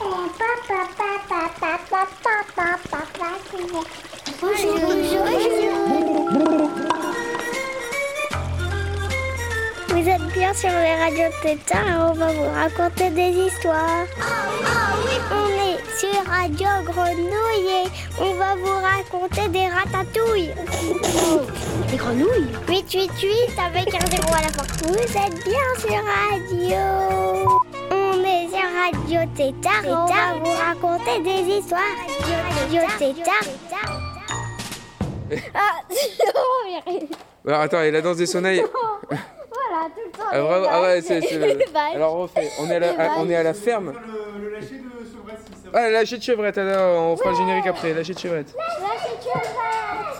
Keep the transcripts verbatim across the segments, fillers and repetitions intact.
Vous êtes bien sur les radios Tétard et on va vous raconter des histoires. On est sur Radio Grenouille et on va vous raconter des ratatouilles. Des grenouilles? huit huit huit avec un zéro à la fin. Vous êtes bien sur Radio. On est sur Radio Tétard et on va vous raconter des histoires. Radio Tétard. Ah, Alors attends, et la danse des sonnailles. Voilà, tout le temps. Ah, vraiment, ah ouais, c'est, c'est le... vaches. Alors on refait. On est à la, à, on est à la ferme. Le, le lâcher de chevrette, si ça va. Ah, lâcher de chevrette. Alors, on fera le générique après. Lâcher de chevrette. Lâcher de chevrette.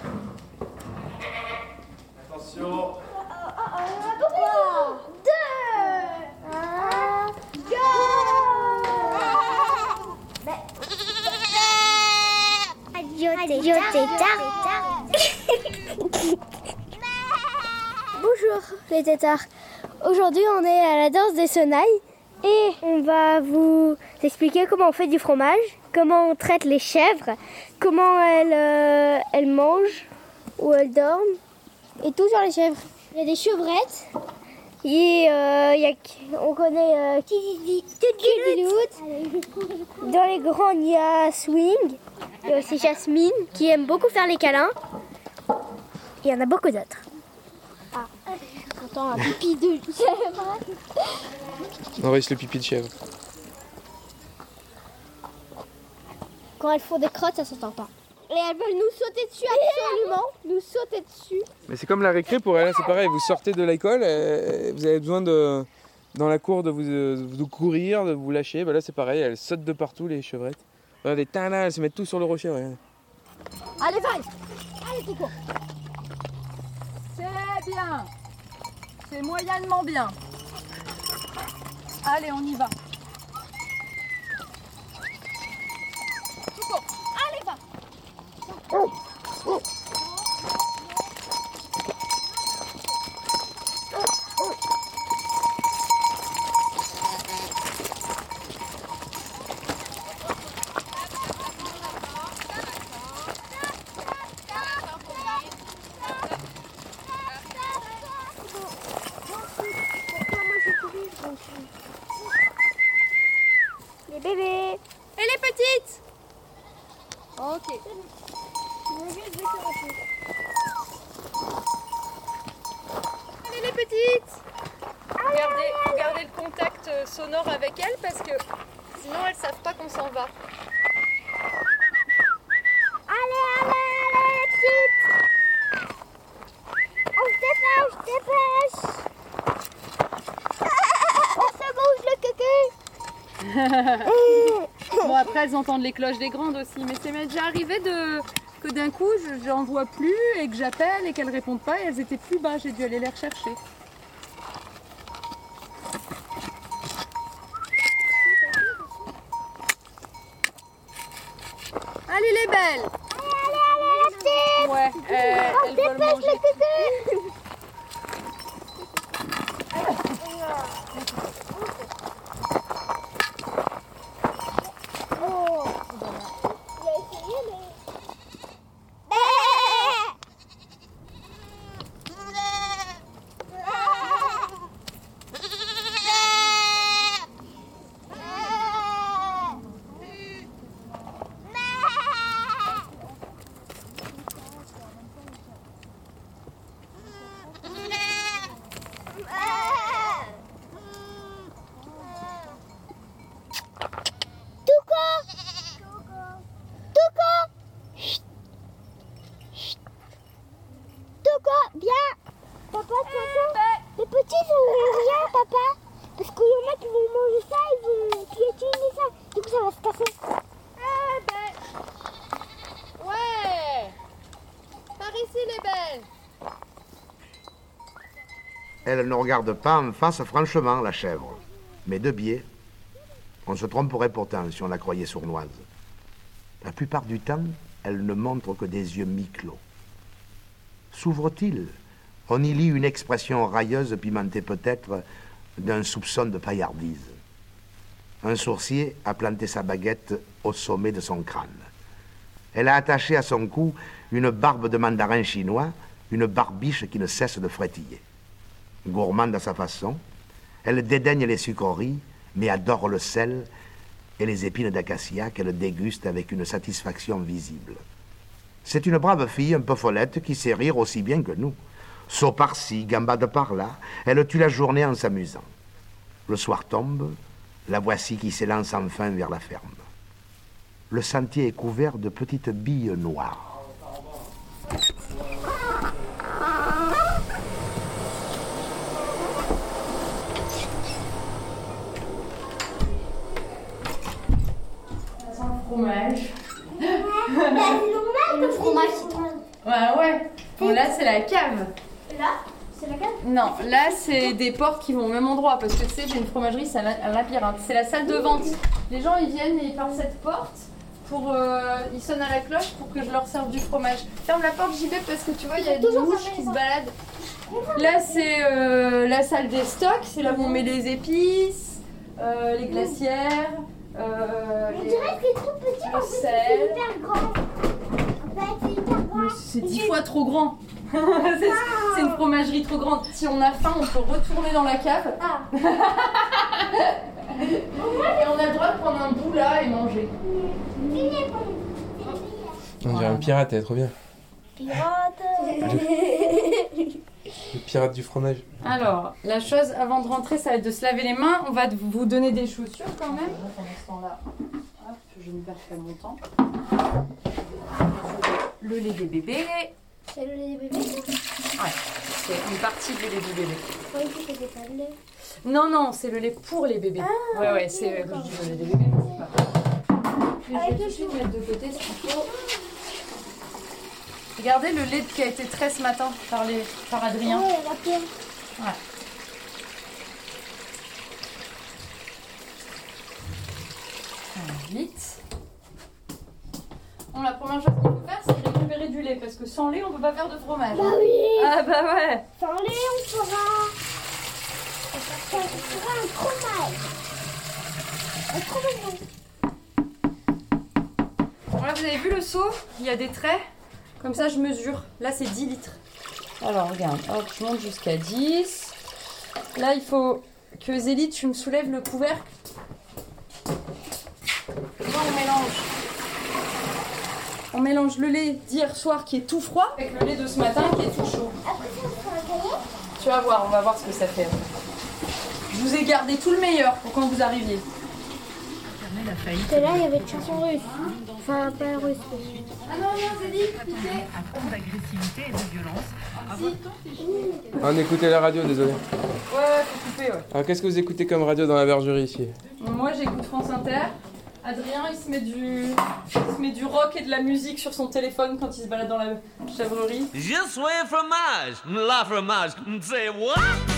Attention. Trois, deux, un, go. Radio Tétard. Bonjour les tétards. Aujourd'hui on est à la danse des sonnailles et on va vous expliquer comment on fait du fromage, comment on traite les chèvres, comment elles, euh, elles mangent ou elles dorment et tout sur les chèvres. Il y a des chevrettes et euh, il y a, on connaît euh, Kidilout. Dans les grandes il y a Swing, il y a aussi Jasmine qui aime beaucoup faire les câlins. Il y en a beaucoup d'autres. J'entends un pipi de chèvre. Enregistre le pipi de chèvre. Quand elles font des crottes, ça s'entend pas. Et elles veulent nous sauter dessus absolument, nous sauter dessus. Mais c'est comme la récré pour elle, c'est pareil. Vous sortez de l'école, euh, vous avez besoin de, dans la cour de vous de, de courir, de vous lâcher. Bah là c'est pareil, elles sautent de partout les chevrettes. Regardez, tain, elles se mettent tout sur le rocher. Regardez. Allez, vaille. Allez, Coco. C'est bien. C'est moyennement bien. Allez, on y va. Coco, allez, va. Les bébés. Et les petites? Ok. Allez les petites. Gardez, gardez le contact sonore avec elles parce que sinon elles savent pas qu'on s'en va. Allez, allez, allez, les petites. On se dépêche, on se dépêche. On se bouge le cucu. Bon après elles entendent les cloches des grandes aussi, mais c'est m'est déjà arrivé de que d'un coup je j'en vois plus et que j'appelle et qu'elles répondent pas et elles étaient plus bas, j'ai dû aller les rechercher. Allez les belles. Allez, allez, les petites. Ouais, euh, On se elles veulent dépêche manger. le cucu. Oh. Il a essayé, mais... Les petits, ils ont rien, papa. Parce qu'il y en a qui vont manger ça, ils vont piétiner ça. Du coup, ça va se casser. Eh ben... Ouais. Par ici les belles. Elle ne regarde pas en face franchement, la chèvre. Mais de biais, on se tromperait pourtant si on la croyait sournoise. La plupart du temps, elle ne montre que des yeux mi-clos. S'ouvre-t-il? On y lit une expression railleuse, pimentée peut-être d'un soupçon de paillardise. Un sourcier a planté sa baguette au sommet de son crâne. Elle a attaché à son cou une barbe de mandarin chinois, une barbiche qui ne cesse de frétiller. Gourmande à sa façon, elle dédaigne les sucreries, mais adore le sel et les épines d'acacia qu'elle déguste avec une satisfaction visible. C'est une brave fille un peu follette qui sait rire aussi bien que nous. Saut par-ci, gambade par-là, elle tue la journée en s'amusant. Le soir tombe, la voici qui s'élance enfin vers la ferme. Le sentier est couvert de petites billes noires. Fromage. Le fromage citron. Ouais, ouais. Bon, là, c'est la cave. Là, c'est la cave? Non, là, c'est des portes qui vont au même endroit. Parce que tu sais, j'ai une fromagerie, c'est un labyrinthe. C'est la salle de vente. Les gens, ils viennent et par cette porte. Pour, euh, ils sonnent à la cloche pour que je leur serve du fromage. Ferme la porte, j'y vais parce que tu vois, il y a des mouches qui se baladent. Là, c'est euh, la salle des stocks. C'est là où on met les épices, euh, les glacières. Euh, On les... dirait que c'est tout petit, en fait, c'est hyper grand. En fait, c'est hyper grand. C'est dix fois trop grand. c'est, c'est une fromagerie trop grande. Si on a faim, on peut retourner dans la cave. Ah. Et on a le droit de prendre un bout là et manger. On dirait un pirate, elle est trop bien. Pirate. Le pirate du fromage. Alors, la chose avant de rentrer, ça va être de se laver les mains. On va vous donner des chaussures quand même. Pendant ce temps-là, hop, je ne perds pas mon temps. Le lait des bébés. C'est le lait des bébés? Ouais, c'est une partie du lait du bébé. Oui, c'était pas le lait. Non, non, c'est le lait pour les bébés. Ah, ouais, ouais, ok, c'est d'accord. quand je dis le lait des bébés, c'est pas grave. Je vais tout de suite mettre de côté ce qu'il faut. Regardez le lait qui a été trait ce matin par, les, par Adrien. Oui, la pierre. Ouais. Alors, vite. Bon, la première chose qu'il faut faire, c'est récupérer du lait parce que sans lait, on peut pas faire de fromage. Bah oui. Ah bah ouais. Sans lait, on fera. On fera un fromage. Un fromage. Voilà, vous avez vu le seau? Il y a des traits. Comme ça, je mesure. Là, c'est dix litres. Alors, regarde. Hop, je monte jusqu'à dix. Là, il faut que Zélie, tu me soulèves le couvercle. Là, on mélange. On mélange le lait d'hier soir qui est tout froid avec le lait de ce matin qui est tout chaud. Après, ça, on fera un cahier. Tu vas voir, on va voir ce que ça fait. Je vous ai gardé tout le meilleur pour quand vous arriviez. Parce que là, il y avait une chanson russe. Enfin, pas russe. Ah non, non, Zélie, pitié. d'agressivité et de violence. On écoutait la radio, désolé. Ouais, ouais, faut couper, ouais. Alors qu'est-ce que vous écoutez comme radio dans la bergerie ici? Moi, j'écoute France Inter. Adrien, il se met du, il se met du rock et de la musique sur son téléphone quand il se balade dans la chèvrerie. Je suis fromage, la fromage, c'est what?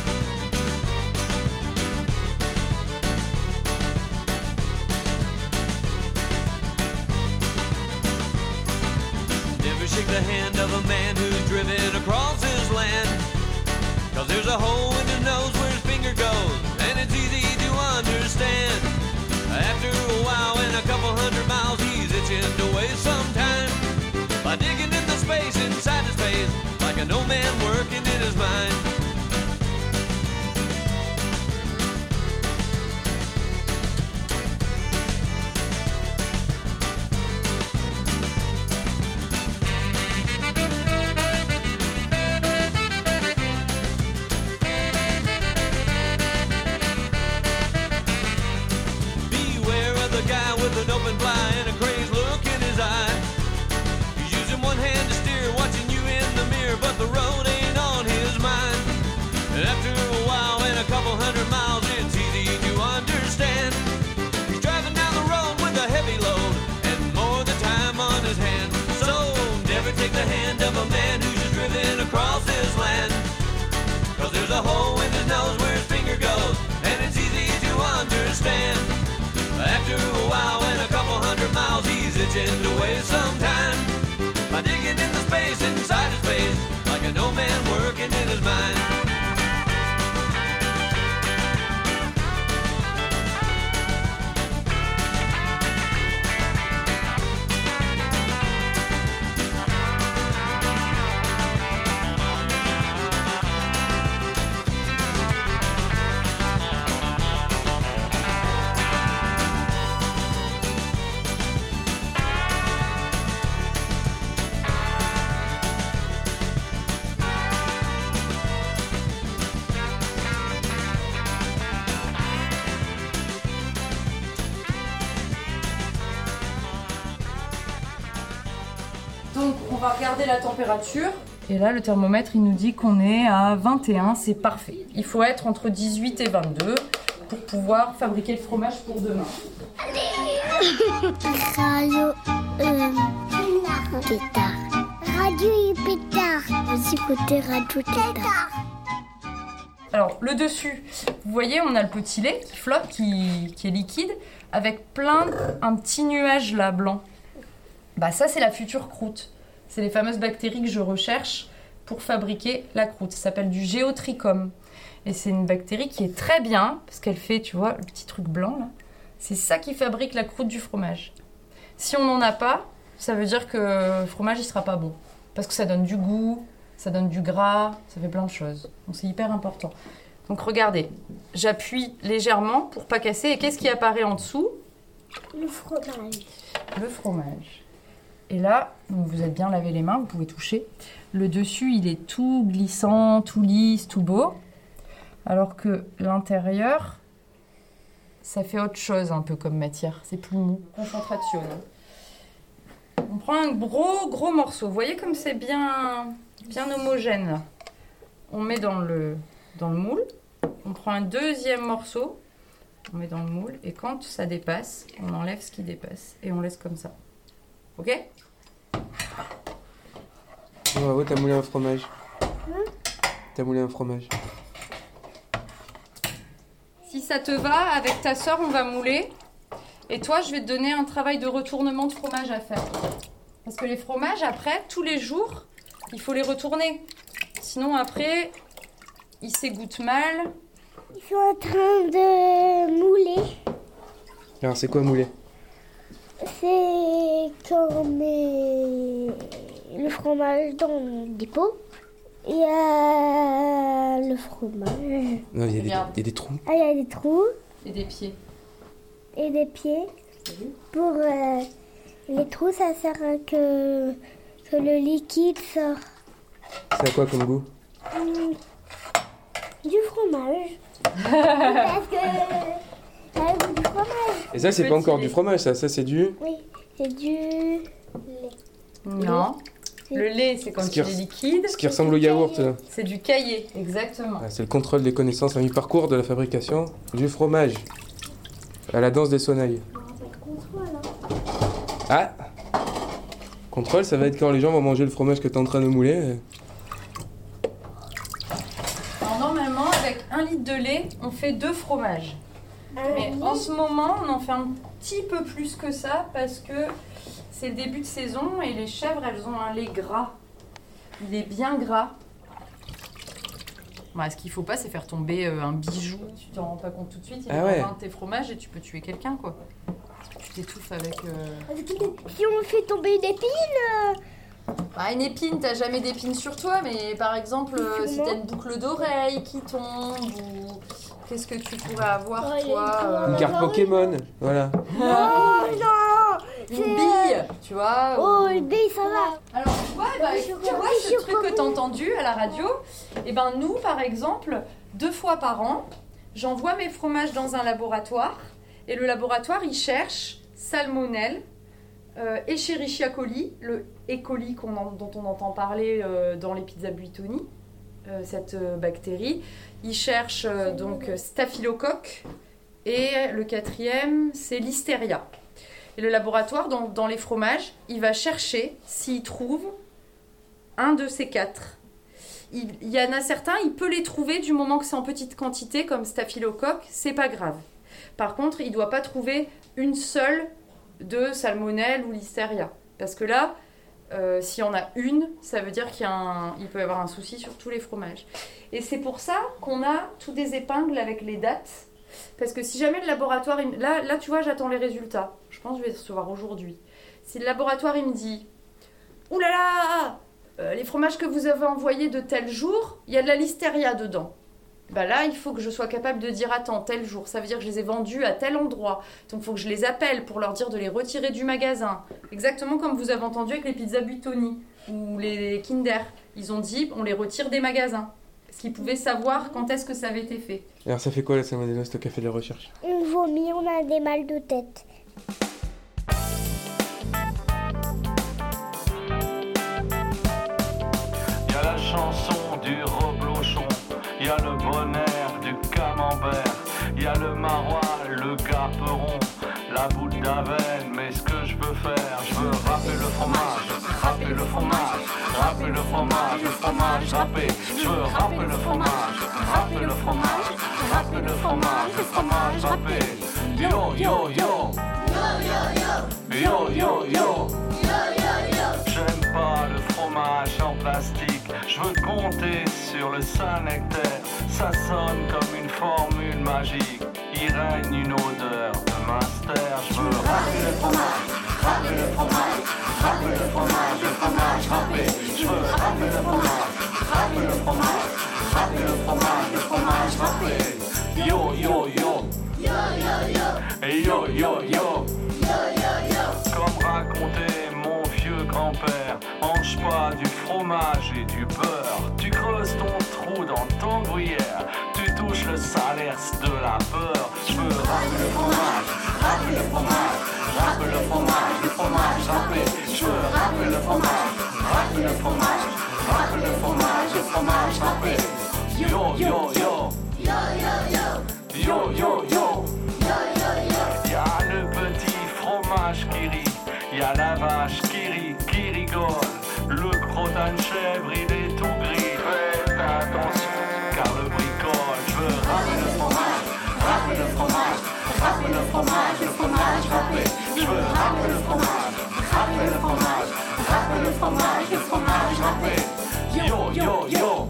Never shake the hand of a man who's driven across his land. Cause there's a hole in his nose where his finger goes, and it's easy to understand. After a while and a couple hundred miles, he's itching to waste some time by digging in the space inside his face, like an old man working in his mind. An open fly and a crazed look in his eye. He's using one hand to steer, watching you in the mirror, but the road ain't on his mind. And after a while and a couple hundred miles, it's easy to understand. He's driving down the road with a heavy load and more of the time on his hands. So never take the hand of a man who's just driven across his land. Cause there's a hole in his nose where his finger goes, and it's easy to understand. After a while and a couple hundred miles, he's itching to waste some time by digging in the space inside his face, like an old man working in his mind. va regarder la température. Et là, le thermomètre, il nous dit qu'on est à vingt et un, c'est parfait. Il faut être entre dix-huit et vingt-deux pour pouvoir fabriquer le fromage pour demain. Radio euh, Tétard. Radio Pétard. Vous écoutez Radio Tétard. Alors, le dessus, vous voyez, on a le petit lait qui flotte, qui, qui est liquide, avec plein, un petit nuage là, blanc. Bah ça, c'est la future croûte. C'est les fameuses bactéries que je recherche pour fabriquer la croûte. Ça s'appelle du géotrichum. Et c'est une bactérie qui est très bien, parce qu'elle fait, tu vois, le petit truc blanc là. C'est ça qui fabrique la croûte du fromage. Si on n'en a pas, ça veut dire que le fromage, il sera pas bon. Parce que ça donne du goût, ça donne du gras, ça fait plein de choses. Donc c'est hyper important. Donc regardez, j'appuie légèrement pour pas casser. Et qu'est-ce qui apparaît en dessous? Le fromage. Le fromage. Et là, donc vous êtes bien lavé les mains, vous pouvez toucher. Le dessus, il est tout glissant, tout lisse, tout beau. Alors que l'intérieur, ça fait autre chose un peu comme matière. C'est plus mou. Concentration. On prend un gros, gros morceau. Vous voyez comme c'est bien, bien homogène là. On met dans le, dans le moule. On prend un deuxième morceau. On met dans le moule. Et quand ça dépasse, on enlève ce qui dépasse. Et on laisse comme ça. Ok? Oh, bravo, t'as moulé un fromage. T'as moulé un fromage. Si ça te va, avec ta sœur, on va mouler. Et toi, je vais te donner un travail de retournement de fromage à faire. Parce que les fromages, après, tous les jours, il faut les retourner. Sinon, après, ils s'égouttent mal. Ils sont en train de mouler. Alors, c'est quoi mouler? C'est quand on met le fromage dans des pots. Il y a le fromage. Non, il y a des, Regarde. il y a des trous. Ah, il y a des trous Et des pieds. et des pieds. Pour euh, les trous, ça sert à que, que le liquide sort. C'est à quoi comme goût? Hum, du fromage. Parce que ça a le goût du fromage. Et ça, c'est Petit pas encore lait. du fromage, ça. Ça, c'est du... Oui, c'est du lait. Non. Le lait, c'est quand Ce qui il est res- liquide. Ce qui ressemble au yaourt. là. C'est du caillé, exactement. Ah, c'est le contrôle des connaissances à mi-parcours de la fabrication du fromage. À la danse des sonnailles. Ah! Contrôle, ça va être quand les gens vont manger le fromage que t'es en train de mouler. Alors, normalement, avec un litre de lait, on fait deux fromages. Mais en ce moment, on en fait un petit peu plus que ça parce que c'est le début de saison et les chèvres, elles ont un lait gras. Il est bien gras. Bah, ce qu'il faut pas, c'est faire tomber euh, un bijou. Tu t'en rends pas compte tout de suite. Il Ah est ouais. dans un de tes fromages et tu peux tuer quelqu'un, quoi. Parce que tu t'étouffes avec... euh, Si on fait tomber une épine, Bah, une épine, t'as jamais d'épine sur toi, mais par exemple, euh, si t'as une boucle d'oreille qui tombe, ou qu'est-ce que tu pourrais avoir, Oh, il toi est euh, Une carte Pokémon, voilà. oh non, Une c'est- bille, tu vois Oh, ou- le bille, ça va. Alors, tu vois, bah, Je tu vois ce suis truc que t'as entendu à la radio, et ben nous, par exemple, deux fois par an, j'envoie mes fromages dans un laboratoire, et le laboratoire, il cherche salmonelle, euh, Escherichia coli, le E. coli qu'on en- dont on entend parler euh, dans les pizzas Buitoni, euh, cette euh, bactérie. Il cherche euh, donc staphylocoque, et le quatrième, c'est listeria. Et le laboratoire, dans, dans les fromages, il va chercher s'il trouve un de ces quatre. Il, il y en a certains, il peut les trouver du moment que c'est en petite quantité, comme staphylocoque, c'est pas grave. Par contre, il ne doit pas trouver une seule de salmonelle ou listeria. Parce que là, euh, s'il y en a une, ça veut dire qu'il y a un- il peut y avoir un souci sur tous les fromages. Et c'est pour ça qu'on a tous des épingles avec les dates. Parce que si jamais le laboratoire... il me- Là, là, tu vois, j'attends les résultats. Je pense que je vais les recevoir aujourd'hui. Si le laboratoire, il me dit « Ouh là là euh, les fromages que vous avez envoyés de tel jour, il y a de la listeria dedans. » Bah là, il faut que je sois capable de dire « Attends, tel jour, ça veut dire que je les ai vendus à tel endroit. Donc il faut que je les appelle pour leur dire de les retirer du magasin. » Exactement comme vous avez entendu avec les pizzas Buitoni ou les Kinder. Ils ont dit « On les retire des magasins. » Parce qu'ils pouvaient savoir quand est-ce que ça avait été fait. Alors ça fait quoi la salmonelle, c'est toi qui as fait des recherches? On vomit, on a des mal de tête. râper le fromage, le fromage râpé. Je veux râper le fromage, râper le fromage, râper le fromage, le fromage râpé. Yo yo yo, yo yo yo, j'aime pas le fromage en plastique. Je veux compter sur le Saint-Nectaire. Ça sonne comme une formule magique. Il règne une odeur de master. Je veux râper le fromage, râper le fromage, râper le fromage, le fromage râpé. Je veux râper le fromage, râper le fromage, râper le fromage, le fromage râpé. Yo yo yo, yo yo yo, comme racontait mon vieux grand-père, mange pas du fromage et du beurre. Tu creuses ton trou dans ton gruyère, tu touches le salaire de la peur. Je veux râper le fromage, râper le fromage, râper le fromage, le fromage râpé. Je veux râper le fromage, râper le fromage, râper le fromage, le fromage râpé. Yo yo yo, yo yo yo, y'a le petit fromage qui rit, y'a la vache qui rit, qui rigole. Le crottin de chèvre il est tout gris. Faites attention car le bricole. Je veux râper le fromage, râper le fromage, râper le fromage, le fromage râpé. Je veux râper le fromage, râper le fromage, râper le fromage, le fromage râpé. Yo yo yo,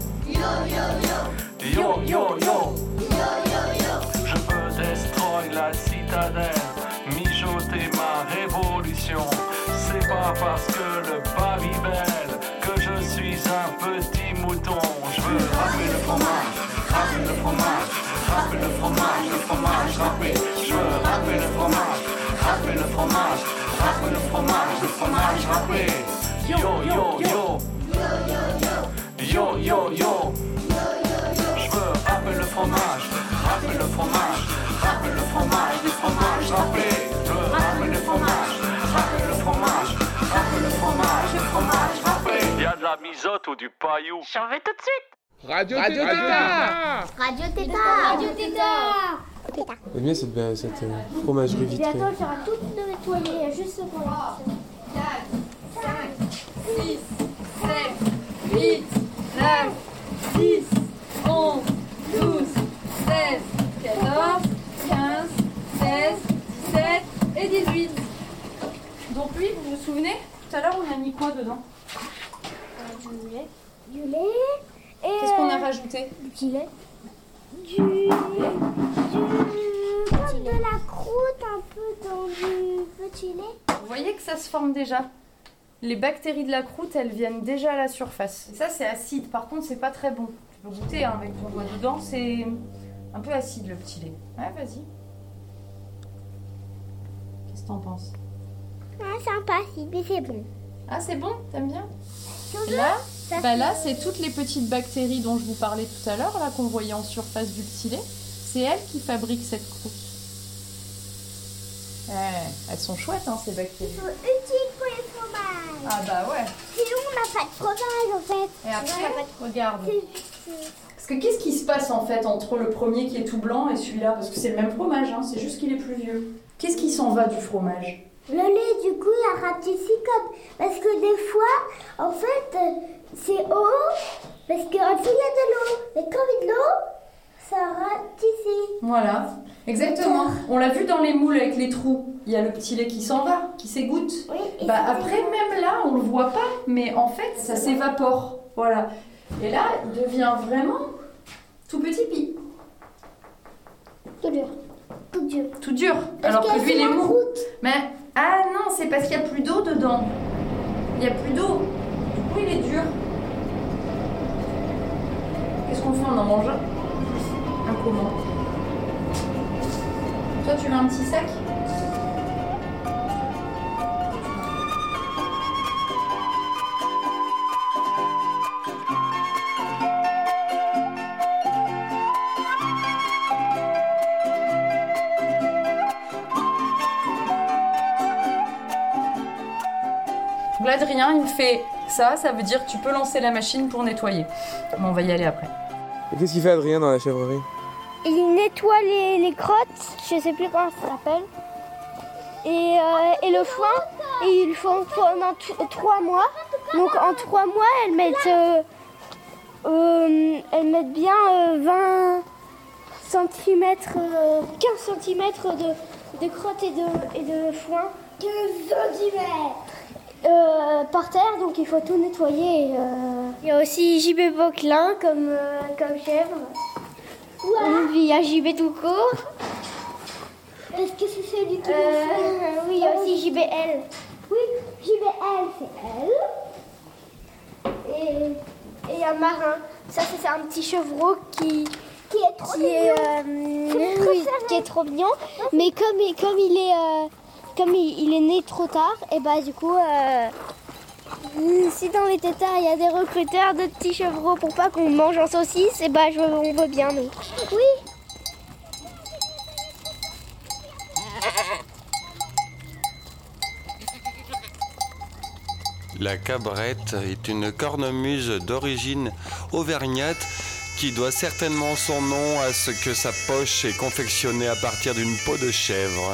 yo yo yo, je veux destroy la citadelle, mijoter ma révolution. C'est pas parce que le Babybel que je suis un petit mouton. Je veux râper le fromage, râper le fromage, râper le fromage, le fromage râpé. Je veux râper le fromage, râper le fromage, râper le fromage, le fromage râpé. Yo yo yo, yo yo yo, je veux râper le fromage, râper le fromage, râper le fromage, le fromage râpé. Je veux râper le fromage, râper le fromage, râper le fromage, le fromage râpé. Y'a de la misote ou du paillou? J'en vais tout de suite. Radio Tétard. Radio Tétard. Radio Tétard. C'est bien cette, euh, cette euh, fromagerie Et vitrée. bientôt, elle sera toute nettoyée. Il y a juste ce point-là. quatre, cinq, six, sept, huit, neuf, dix, onze, douze, treize, quatorze, quinze, seize, dix-sept et dix-huit. Donc lui, vous vous souvenez? Tout à l'heure, on a mis quoi dedans? Du lait. Du lait. Et Qu'est-ce qu'on a rajouté? Du petit lait. Du... du... comme de la croûte un peu dans du petit lait. Vous voyez que ça se forme déjà. Les bactéries de la croûte, elles viennent déjà à la surface. Et ça, c'est acide. Par contre, c'est pas très bon. Tu peux goûter hein, avec ton doigt dedans. C'est un peu acide, le petit lait. Ouais, vas-y. Qu'est-ce que t'en penses? Ah, sympa, si, mais c'est bon. Ah, c'est bon? T'aimes bien? Et là, bah là, c'est toutes les petites bactéries dont je vous parlais tout à l'heure, là, qu'on voyait en surface du petit lait. C'est elles qui fabriquent cette croûte. Ouais, elles sont chouettes, hein, ces bactéries. Ils sont utiles pour les fromages. Ah bah ouais. Sinon, on n'a pas de fromage, en fait. Et après, regarde. C'est- c'est- Parce que qu'est-ce qui se passe en fait entre le premier qui est tout blanc et celui-là? Parce que c'est le même fromage, hein, c'est juste qu'il est plus vieux. Qu'est-ce qui s'en va du fromage? Le lait, du coup, il a raté six copes. Parce que des fois, en fait, euh, c'est haut. Parce qu'en dessous, il y a de l'eau. Mais quand il y a de l'eau, ça rate ici. Voilà, exactement. On l'a vu dans les moules avec les trous. Il y a le petit lait qui s'en va, qui s'égoutte. Oui, et Bah c'est- après, même là, on le voit pas, mais en fait, ça s'évapore. Voilà. Et là, il devient vraiment tout petit pi. Tout dur. Tout dur. Tout dur. Parce Alors que qu'il y a lui, il est la mou. croûte. Mais, ah non, c'est parce qu'il n'y a plus d'eau dedans. Il n'y a plus d'eau. Du coup, il est dur. Qu'est-ce qu'on fait? On en mange un? Un comment? Toi, tu veux un petit sac? Donc là, Adrien, il me fait ça, ça veut dire que tu peux lancer la machine pour nettoyer. Bon, on va y aller après. Et qu'est-ce qu'il fait Adrien dans la chèvrerie? Il nettoie les, les crottes, je sais plus comment ça s'appelle, et, euh, et le foin, et ils le font pendant t- trois mois. Donc en trois mois, elles mettent, euh, euh, elles mettent bien euh, vingt centimètres, euh, quinze centimètres de, de crotte et de, et de foin. quinze centimètres Euh, par terre, donc il faut tout nettoyer. Euh... Il y a aussi J B Poquelin comme, euh, comme chèvre. Ouais. Puis il y a J B tout court. Est-ce que c'est celui qui Euh, nous oui, il y a aussi J B L. Oui, J B L, c'est elle. Et et il y a Marin. Ça, c'est un petit chevreau qui, Qui est trop qui, est, mignon. euh, C'est mon oui, préféré. qui est trop mignon. Mais comme, il- comme il est. euh, Comme il, il est né trop tard, et bah du coup, euh, si dans les tétards il y a des recruteurs de petits chevreaux pour pas qu'on mange en saucisse, et bah je, on veut bien nous. Oui. La cabrette est une cornemuse d'origine auvergnate qui doit certainement son nom à ce que sa poche est confectionnée à partir d'une peau de chèvre.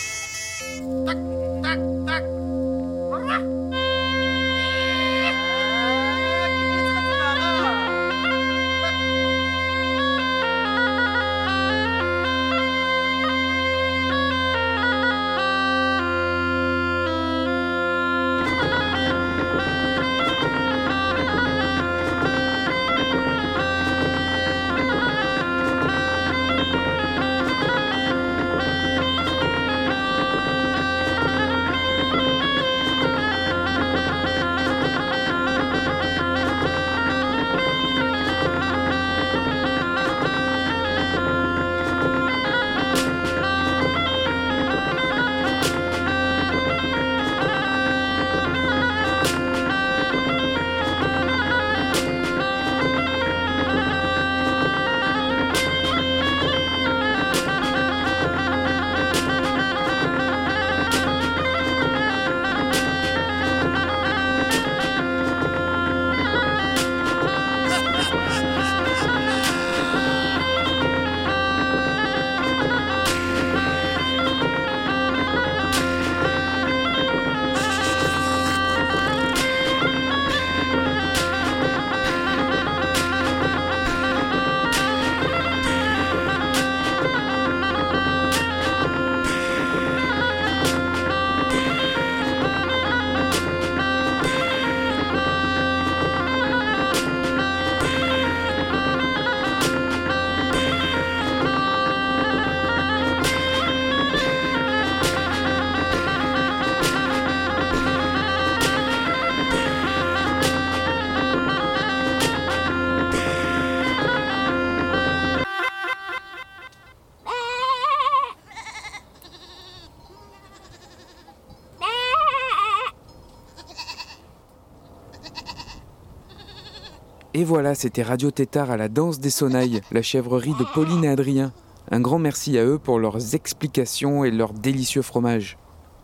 Et voilà, c'était Radio Tétard à la danse des sonnailles, la chèvrerie de Pauline et Adrien. Un grand merci à eux pour leurs explications et leur délicieux fromage.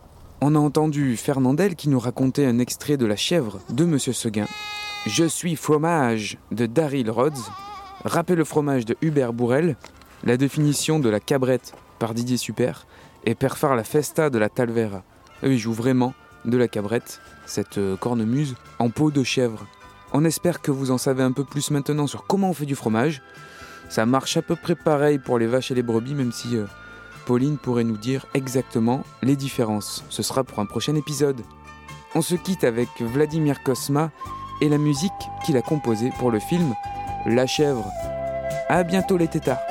On a entendu Fernandel qui nous racontait un extrait de La chèvre de Monsieur Seguin. Je suis fromage de Daryl Rhodes. Râper le fromage de Hubert Bourrel. La définition de la cabrette par Didier Super. Et Perfar la festa de la Talvera. Eux, ils jouent vraiment de la cabrette, cette cornemuse en peau de chèvre. On espère que vous en savez un peu plus maintenant sur comment on fait du fromage. Ça marche à peu près pareil pour les vaches et les brebis, même si euh, Pauline pourrait nous dire exactement les différences. Ce sera pour un prochain épisode. On se quitte avec Vladimir Cosma et la musique qu'il a composée pour le film La chèvre. À bientôt les tétards.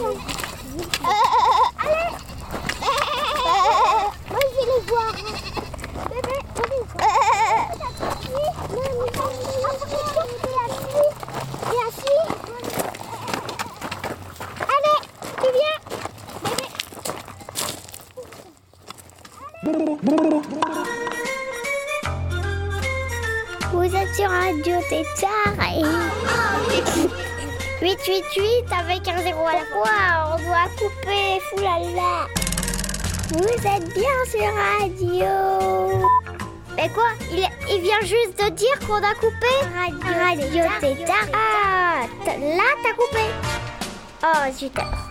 prendre. Euh, allez. Euh, moi, je vais les voir. Bébé, on les voit. Non, mais et assis. Allez, tu viens. Vous êtes sur Radio Tétard et huit huit huit avec un zéro à la fois. On doit couper, foulala. Vous êtes bien sur Radio. Mais quoi, il, il vient juste de dire qu'on a coupé. Radio, Radio Tétard. Ah, t- là t'as coupé. Oh zut.